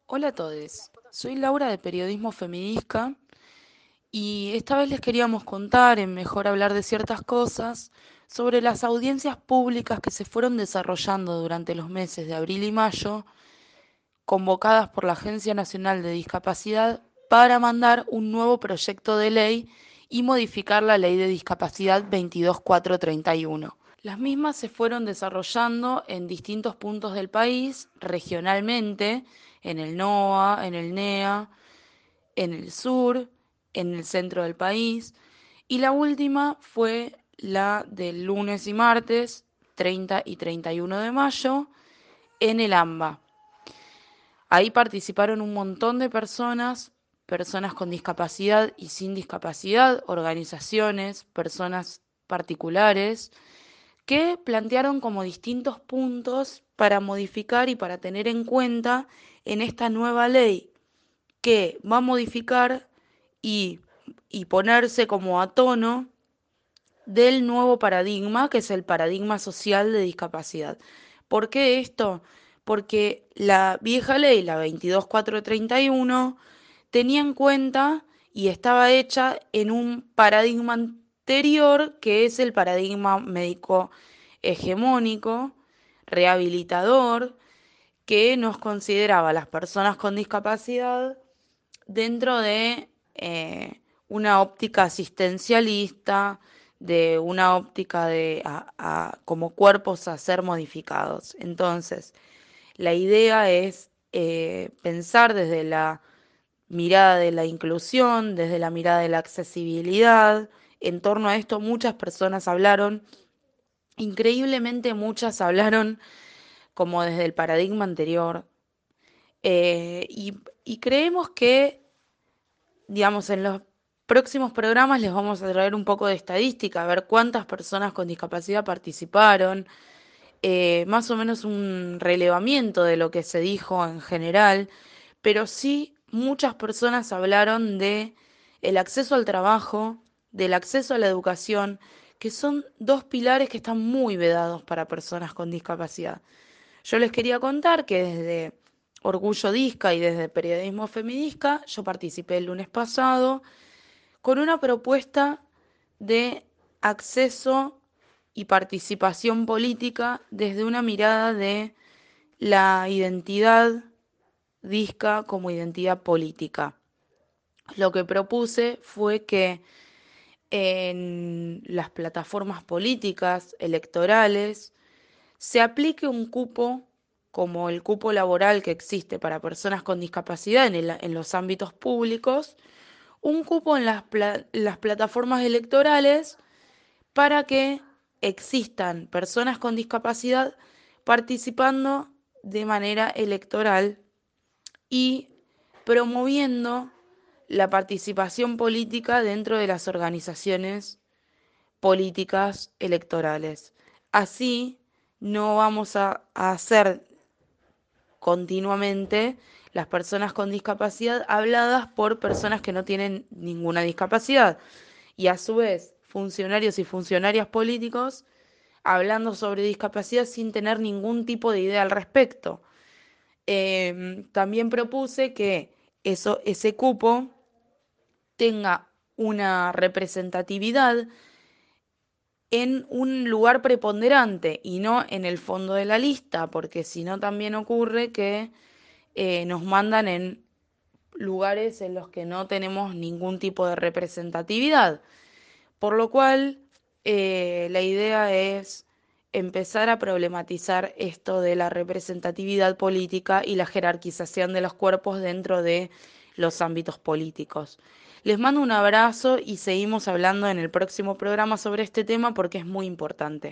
Hola a todos, soy Laura de Periodismo Feminista y esta vez les queríamos contar, en mejor hablar de ciertas cosas, sobre las audiencias públicas que se fueron desarrollando durante los meses de abril y mayo, convocadas por la Agencia Nacional de Discapacidad para mandar un nuevo proyecto de ley y modificar la Ley de Discapacidad 22431. Las mismas se fueron desarrollando en distintos puntos del país, regionalmente, en el NOA, en el NEA, en el sur, en el centro del país, y la última fue la del lunes y martes, 30 y 31 de mayo, en el AMBA. Ahí participaron un montón de personas, personas con discapacidad y sin discapacidad, organizaciones, personas particulares, que plantearon como distintos puntos para modificar y para tener en cuenta en esta nueva ley que va a modificar y, y ponerse como a tono del nuevo paradigma, que es el paradigma social de discapacidad. ¿Por qué esto? Porque la vieja ley, la 22431, tenía en cuenta y estaba hecha en un paradigma anterior, que es el paradigma médico hegemónico, rehabilitador, que nos consideraba a las personas con discapacidad dentro de una óptica asistencialista, de una óptica de como cuerpos a ser modificados. Entonces, la idea es pensar desde la mirada de la inclusión, desde la mirada de la accesibilidad. En torno a esto muchas personas hablaron, increíblemente muchas hablaron como desde el paradigma anterior. Eh, y, y creemos que, digamos, en los próximos programas les vamos a traer un poco de estadística, a ver cuántas personas con discapacidad participaron, más o menos un relevamiento de lo que se dijo en general, pero sí muchas personas hablaron de el acceso al trabajo, del acceso a la educación, que son dos pilares que están muy vedados para personas con discapacidad. Yo les quería contar que desde Orgullo Disca y desde Periodismo Feminista yo participé el lunes pasado con una propuesta de acceso y participación política desde una mirada de la identidad disca como identidad política. Lo que propuse fue que en las plataformas políticas electorales se aplique un cupo como el cupo laboral que existe para personas con discapacidad en los ámbitos públicos, un cupo en las plataformas electorales para que existan personas con discapacidad participando de manera electoral y promoviendo la participación política dentro de las organizaciones políticas electorales. Así no vamos a hacer continuamente las personas con discapacidad habladas por personas que no tienen ninguna discapacidad. Y a su vez, funcionarios y funcionarias políticos hablando sobre discapacidad sin tener ningún tipo de idea al respecto. También propuse que ese cupo tenga una representatividad en un lugar preponderante y no en el fondo de la lista, porque si no también ocurre que nos mandan en lugares en los que no tenemos ningún tipo de representatividad. Por lo cual, la idea es empezar a problematizar esto de la representatividad política y la jerarquización de los cuerpos dentro de los ámbitos políticos. Les mando un abrazo y seguimos hablando en el próximo programa sobre este tema porque es muy importante.